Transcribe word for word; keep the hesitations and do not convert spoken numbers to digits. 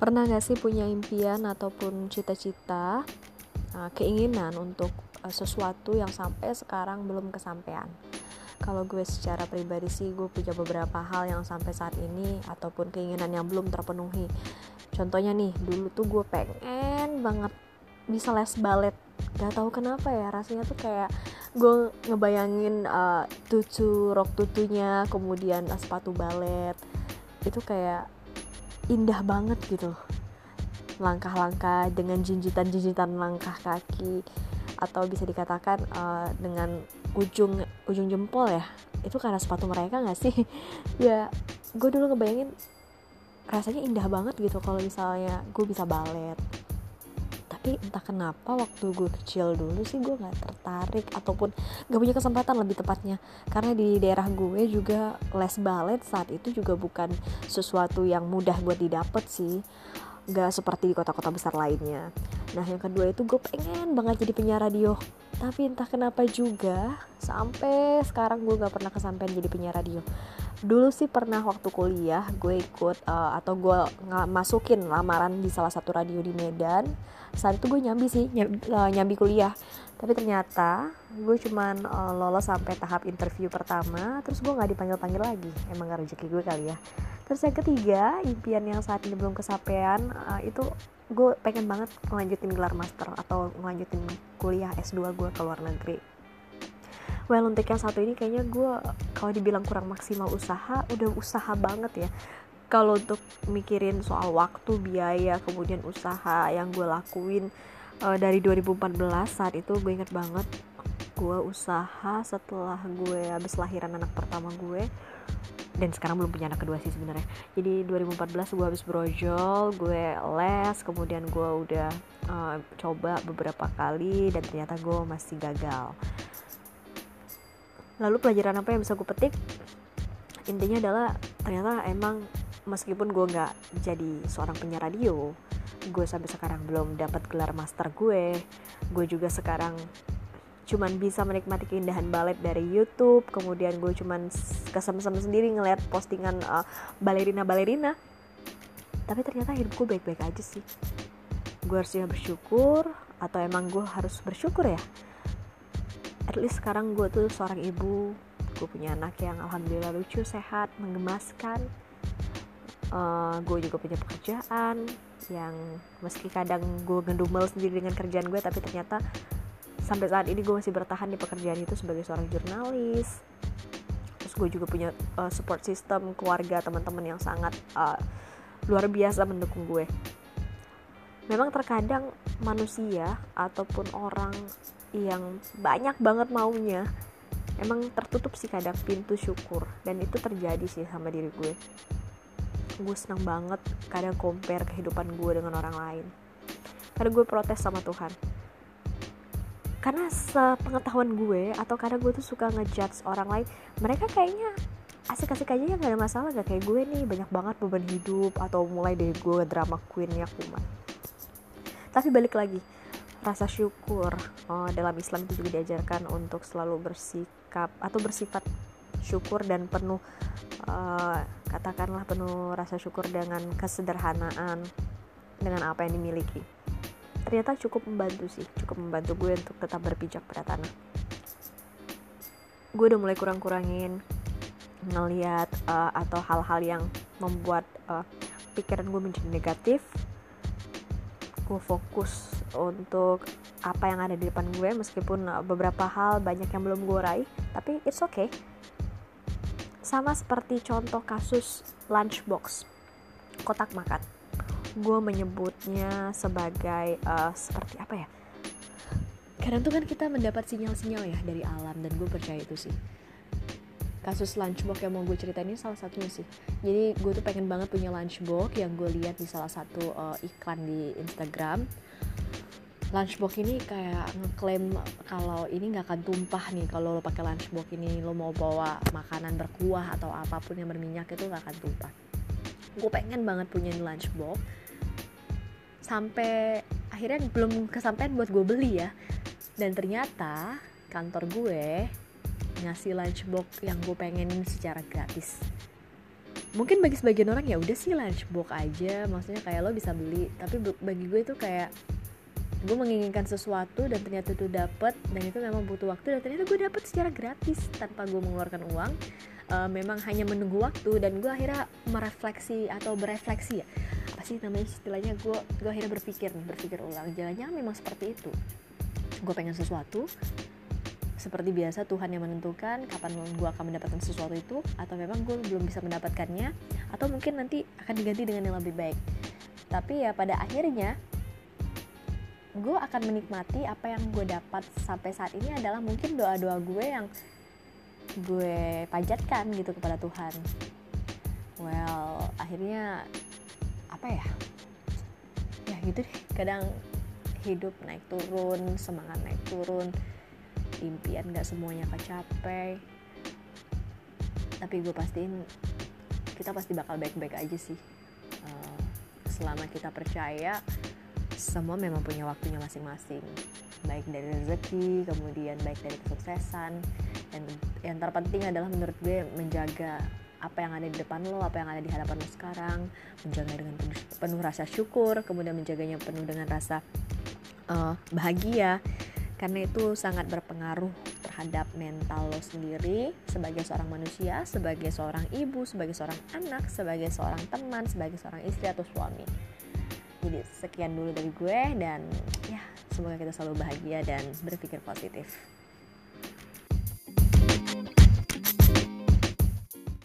Pernah gak sih punya impian ataupun cita-cita, uh, keinginan untuk uh, sesuatu yang sampai sekarang belum kesampaian? Kalau gue secara pribadi sih, gue punya beberapa hal yang sampai saat ini ataupun keinginan yang belum terpenuhi. Contohnya nih, dulu tuh gue pengen banget bisa les balet. Gak tahu kenapa ya, rasanya tuh kayak gue ngebayangin uh, tutu, rok tutunya, kemudian uh, sepatu balet. Itu kayak indah banget gitu, langkah-langkah dengan jinjitan-jinjitan langkah kaki, atau bisa dikatakan uh, dengan ujung ujung jempol ya, itu karena sepatu mereka nggak sih? Ya, gue dulu ngebayangin rasanya indah banget gitu kalau misalnya gue bisa balet. Tapi entah kenapa waktu gue kecil dulu sih gue nggak tertarik ataupun nggak punya kesempatan, lebih tepatnya, karena di daerah gue juga les balet saat itu juga bukan sesuatu yang mudah buat didapat sih, nggak seperti di kota-kota besar lainnya. Nah, yang kedua itu gue pengen banget jadi penyiar radio, tapi entah kenapa juga sampai sekarang gue nggak pernah kesampaian jadi penyiar radio. Dulu sih pernah waktu kuliah gue ikut uh, atau gue ng- masukin lamaran di salah satu radio di Medan. Saat itu gue nyambi sih, nyambi, uh, nyambi kuliah. Tapi ternyata gue cuman uh, lolos sampai tahap interview pertama, terus gue nggak dipanggil-panggil lagi. Emang gak rezeki gue kali ya. Terus yang ketiga, impian yang saat ini belum kesampaian, uh, itu gue pengen banget ngelanjutin gelar master atau ngelanjutin kuliah S dua gue ke luar negeri. Well, untuk yang satu ini kayaknya gue kalau dibilang kurang maksimal usaha, udah usaha banget ya. Kalau untuk mikirin soal waktu, biaya, kemudian usaha yang gue lakuin uh, dari dua ribu empat belas, saat itu gue inget banget gue usaha setelah gue habis lahiran anak pertama gue, dan sekarang belum punya anak kedua sih sebenarnya. Jadi dua ribu empat belas gue habis brojol, gue les, kemudian gue udah uh, coba beberapa kali dan ternyata gue masih gagal. Lalu pelajaran apa yang bisa gue petik? Intinya adalah ternyata emang meskipun gue gak jadi seorang penyiar radio, gue sampai sekarang belum dapat gelar master gue. Gue juga sekarang cuman bisa menikmati keindahan balet dari YouTube. Kemudian gue cuman kesem-sem sendiri ngeliat postingan uh, balerina-balerina. Tapi ternyata hidup gue baik-baik aja sih. Gue harusnya bersyukur, atau emang gue harus bersyukur ya? At least sekarang gue tuh seorang ibu. Gue punya anak yang alhamdulillah lucu, sehat, menggemaskan. Uh, gue juga punya pekerjaan yang meski kadang gue ngedumel sendiri dengan kerjaan gue, tapi ternyata sampai saat ini gue masih bertahan di pekerjaan itu sebagai seorang jurnalis. Terus gue juga punya uh, support system, keluarga, teman-teman yang sangat uh, luar biasa mendukung gue. Memang terkadang manusia ataupun orang yang banyak banget maunya, emang tertutup sih kadang pintu syukur, dan itu terjadi sih sama diri gue. Gue senang banget kadang compare kehidupan gue dengan orang lain, kadang gue protes sama Tuhan, karena sepengetahuan gue, atau kadang gue tuh suka ngejudge orang lain, mereka kayaknya asik-asik aja ya, gak ada masalah, gak kayak gue nih banyak banget beban hidup, atau mulai dari gue drama queen-nya kuman. Tapi balik lagi, rasa syukur, oh, dalam Islam itu juga diajarkan untuk selalu bersikap atau bersifat syukur dan penuh uh, katakanlah penuh rasa syukur dengan kesederhanaan dengan apa yang dimiliki. Ternyata cukup membantu sih, cukup membantu gue untuk tetap berpijak pada tanah. Gue udah mulai kurang-kurangin ngelihat uh, atau hal-hal yang membuat uh, pikiran gue menjadi negatif. Gue fokus untuk apa yang ada di depan gue, meskipun uh, beberapa hal banyak yang belum gue raih, tapi it's okay. Sama seperti contoh kasus lunchbox, kotak makan. Gue menyebutnya sebagai uh, seperti apa ya? Kadang tuh kan kita mendapat sinyal-sinyal ya dari alam, dan gue percaya itu sih. Kasus lunchbox yang mau gue ceritain ini salah satunya sih. Jadi gue tuh pengen banget punya lunchbox yang gue lihat di salah satu uh, iklan di Instagram. Lunchbox ini kayak ngeklaim kalau ini nggak akan tumpah nih kalau lo pakai lunchbox ini, lo mau bawa makanan berkuah atau apapun yang berminyak itu nggak akan tumpah. Gue pengen banget punya lunchbox, sampai akhirnya belum kesampaian buat gue beli ya. Dan ternyata kantor gue ngasih lunchbox yang gue pengenin secara gratis. mungkin bagi sebagian orang ya udah sih lunchbox aja, maksudnya kayak lo bisa beli, tapi bagi gue itu kayak gue menginginkan sesuatu dan ternyata itu dapet, dan itu memang butuh waktu, dan ternyata gue dapet secara gratis tanpa gue mengeluarkan uang. Uh, memang hanya menunggu waktu, dan gue akhirnya merefleksi atau berefleksi ya, apa sih namanya istilahnya, gue gue akhirnya berpikir nih berpikir ulang, jangan-jangan memang seperti itu. Gue pengen sesuatu, seperti biasa Tuhan yang menentukan kapan gue akan mendapatkan sesuatu itu, atau memang gue belum bisa mendapatkannya, atau mungkin nanti akan diganti dengan yang lebih baik. Tapi ya pada akhirnya gue akan menikmati apa yang gue dapat sampai saat ini adalah mungkin doa-doa gue yang gue panjatkan gitu kepada Tuhan. Well, akhirnya apa ya? Ya gitu deh. Kadang hidup naik turun, semangat naik turun, impian gak semuanya kecapai. Tapi gue pastiin kita pasti bakal baik-baik aja sih. Uh, selama kita percaya, semua memang punya waktunya masing-masing. Baik dari rezeki, kemudian baik dari kesuksesan. Dan yang terpenting adalah menurut gue menjaga apa yang ada di depan lo, apa yang ada di hadapan lo sekarang, menjaga dengan penuh, penuh rasa syukur, kemudian menjaganya penuh dengan rasa uh, bahagia, karena itu sangat berpengaruh terhadap mental lo sendiri sebagai seorang manusia, sebagai seorang ibu, sebagai seorang anak, sebagai seorang teman, sebagai seorang istri atau suami. Jadi sekian dulu dari gue, dan ya semoga kita selalu bahagia dan berpikir positif.